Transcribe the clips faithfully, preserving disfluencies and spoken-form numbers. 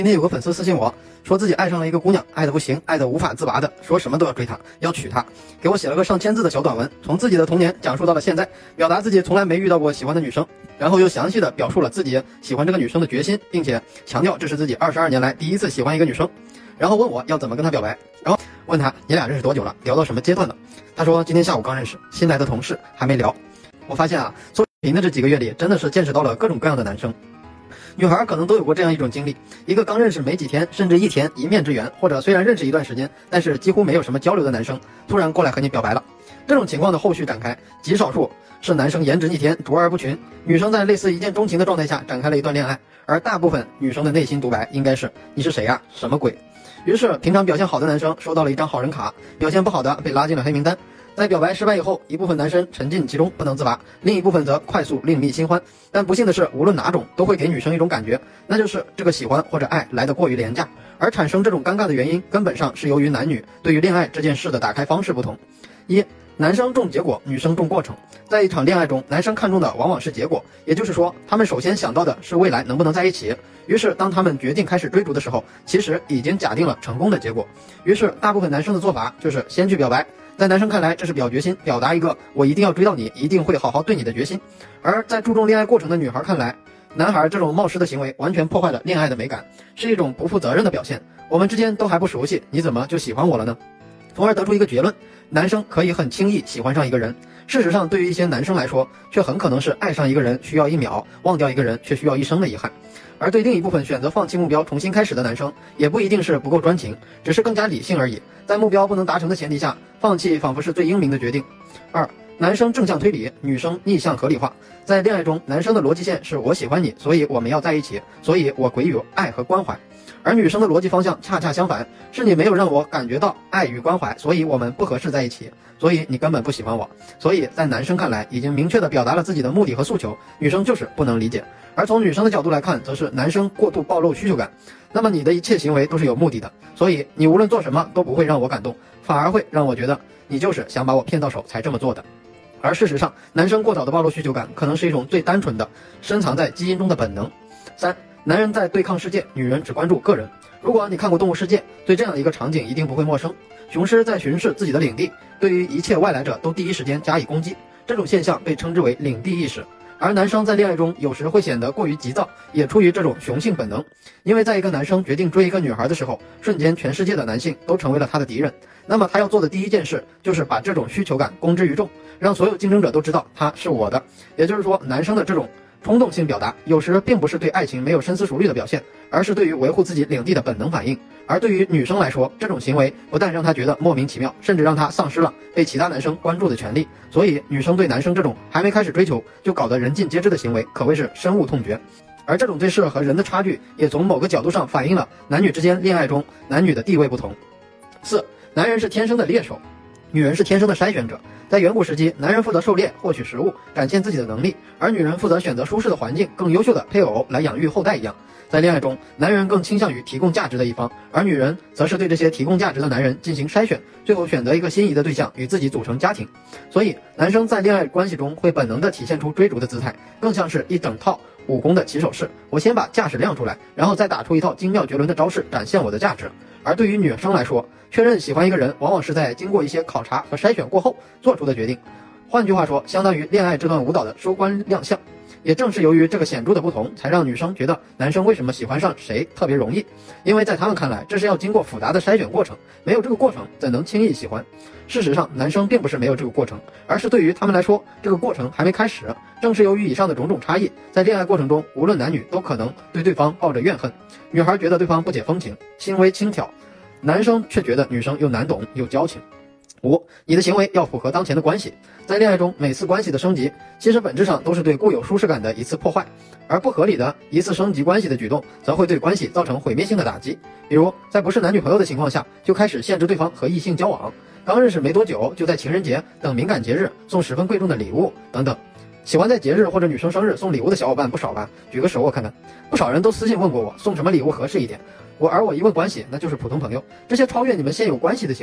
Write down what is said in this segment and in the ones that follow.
今天有个粉丝私信我说自己爱上了一个姑娘，爱的不行，爱的无法自拔的，说什么都要追她，要娶她，给我写了个上千字的小短文，从自己的童年讲述到了现在，表达自己从来没遇到过喜欢的女生，然后又详细的表述了自己喜欢这个女生的决心，并且强调这是自己二十二年来第一次喜欢一个女生，然后问我要怎么跟她表白，然后问她你俩认识多久了，聊到什么阶段了？她说今天下午刚认识，新来的同事还没聊。我发现啊，做视频的这几个月里，真的是见识到了各种各样的男生。女孩可能都有过这样一种经历，一个刚认识没几天，甚至一天一面之缘，或者虽然认识一段时间，但是几乎没有什么交流的男生，突然过来和你表白了。这种情况的后续展开，极少数是男生颜值逆天，卓而不群，女生在类似一见钟情的状态下展开了一段恋爱，而大部分女生的内心独白应该是你是谁啊，什么鬼？于是平常表现好的男生收到了一张好人卡，表现不好的被拉进了黑名单。在表白失败以后，一部分男生沉浸其中不能自拔，另一部分则快速另觅新欢。但不幸的是，无论哪种都会给女生一种感觉，那就是这个喜欢或者爱来得过于廉价，而产生这种尴尬的原因根本上是由于男女对于恋爱这件事的打开方式不同。一，男生重结果，女生重过程。在一场恋爱中，男生看重的往往是结果，也就是说他们首先想到的是未来能不能在一起，于是当他们决定开始追逐的时候，其实已经假定了成功的结果。于是大部分男生的做法就是先去表白，在男生看来这是表决心，表达一个我一定要追到你，一定会好好对你的决心。而在注重恋爱过程的女孩看来，男孩这种冒失的行为完全破坏了恋爱的美感，是一种不负责任的表现。我们之间都还不熟悉，你怎么就喜欢我了呢？从而得出一个结论，男生可以很轻易喜欢上一个人，事实上对于一些男生来说，却很可能是爱上一个人需要一秒，忘掉一个人却需要一生的遗憾。而对另一部分选择放弃目标重新开始的男生，也不一定是不够专情，只是更加理性而已，在目标不能达成的前提下，放弃仿佛是最英明的决定。二，男生正向推理，女生逆向合理化。在恋爱中，男生的逻辑线是我喜欢你，所以我们要在一起，所以我给予爱和关怀。而女生的逻辑方向恰恰相反，是你没有让我感觉到爱与关怀，所以我们不合适在一起，所以你根本不喜欢我。所以在男生看来，已经明确地表达了自己的目的和诉求，女生就是不能理解。而从女生的角度来看，则是男生过度暴露需求感，那么你的一切行为都是有目的的，所以你无论做什么都不会让我感动，反而会让我觉得你就是想把我骗到手才这么做的。而事实上，男生过早的暴露需求感可能是一种最单纯的深藏在基因中的本能。三，男人在对抗世界，女人只关注个人。如果你看过动物世界，对这样一个场景一定不会陌生，雄狮在巡视自己的领地，对于一切外来者都第一时间加以攻击，这种现象被称之为领地意识。而男生在恋爱中有时会显得过于急躁，也出于这种雄性本能，因为在一个男生决定追一个女孩的时候，瞬间全世界的男性都成为了他的敌人，那么他要做的第一件事就是把这种需求感公之于众，让所有竞争者都知道他是我的。也就是说，男生的这种冲动性表达有时并不是对爱情没有深思熟虑的表现，而是对于维护自己领地的本能反应。而对于女生来说，这种行为不但让她觉得莫名其妙，甚至让她丧失了被其他男生关注的权利。所以女生对男生这种还没开始追求就搞得人尽皆知的行为可谓是深恶痛绝。而这种对事和人的差距也从某个角度上反映了男女之间恋爱中男女的地位不同。四，男人是天生的猎手，女人是天生的筛选者。在远古时期，男人负责狩猎获取食物，展现自己的能力，而女人负责选择舒适的环境，更优秀的配偶来养育后代一样。在恋爱中，男人更倾向于提供价值的一方，而女人则是对这些提供价值的男人进行筛选，最后选择一个心仪的对象与自己组成家庭。所以男生在恋爱关系中会本能地体现出追逐的姿态，更像是一整套武功的起手式，我先把架势亮出来，然后再打出一套精妙绝伦的招式展现我的价值。而对于女生来说，确认喜欢一个人往往是在经过一些考察和筛选过后做出的决定，换句话说，相当于恋爱这段舞蹈的收官亮相。也正是由于这个显著的不同，才让女生觉得男生为什么喜欢上谁特别容易，因为在他们看来，这是要经过复杂的筛选过程，没有这个过程怎能轻易喜欢。事实上，男生并不是没有这个过程，而是对于他们来说，这个过程还没开始。正是由于以上的种种差异，在恋爱过程中，无论男女都可能对对方抱着怨恨。女孩觉得对方不解风情，轻微轻佻，男生却觉得女生又难懂又矫情。五，你的行为要符合当前的关系。在恋爱中，每次关系的升级，其实本质上都是对固有舒适感的一次破坏，而不合理的一次升级关系的举动，则会对关系造成毁灭性的打击。比如，在不是男女朋友的情况下，就开始限制对方和异性交往，刚认识没多久，就在情人节等敏感节日送十分贵重的礼物等等。喜欢在节日或者女生生日送礼物的小伙伴不少吧？举个手我看看。不少人都私信问过我，送什么礼物合适一点。我而我一问关系，那就是普通朋友。这些超越你们现有关系的行为，不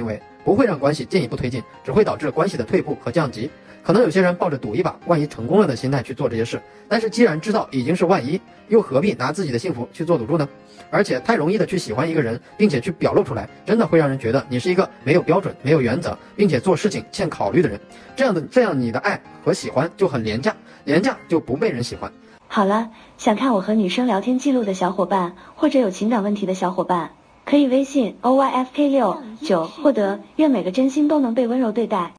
不会让关系进一步推进，只会导致关系的退步和降级。可能有些人抱着赌一把，万一成功了的心态去做这些事，但是既然知道已经是万一，又何必拿自己的幸福去做赌注呢？而且太容易的去喜欢一个人，并且去表露出来，真的会让人觉得你是一个没有标准、没有原则，并且做事情欠考虑的人。这样的这样你的爱和喜欢就很廉价，廉价就不被人喜欢。 好了，想看我和女生聊天记录的小伙伴，或者有情感问题的小伙伴，可以微信 O Y F K 六九获得。愿每个真心都能被温柔对待。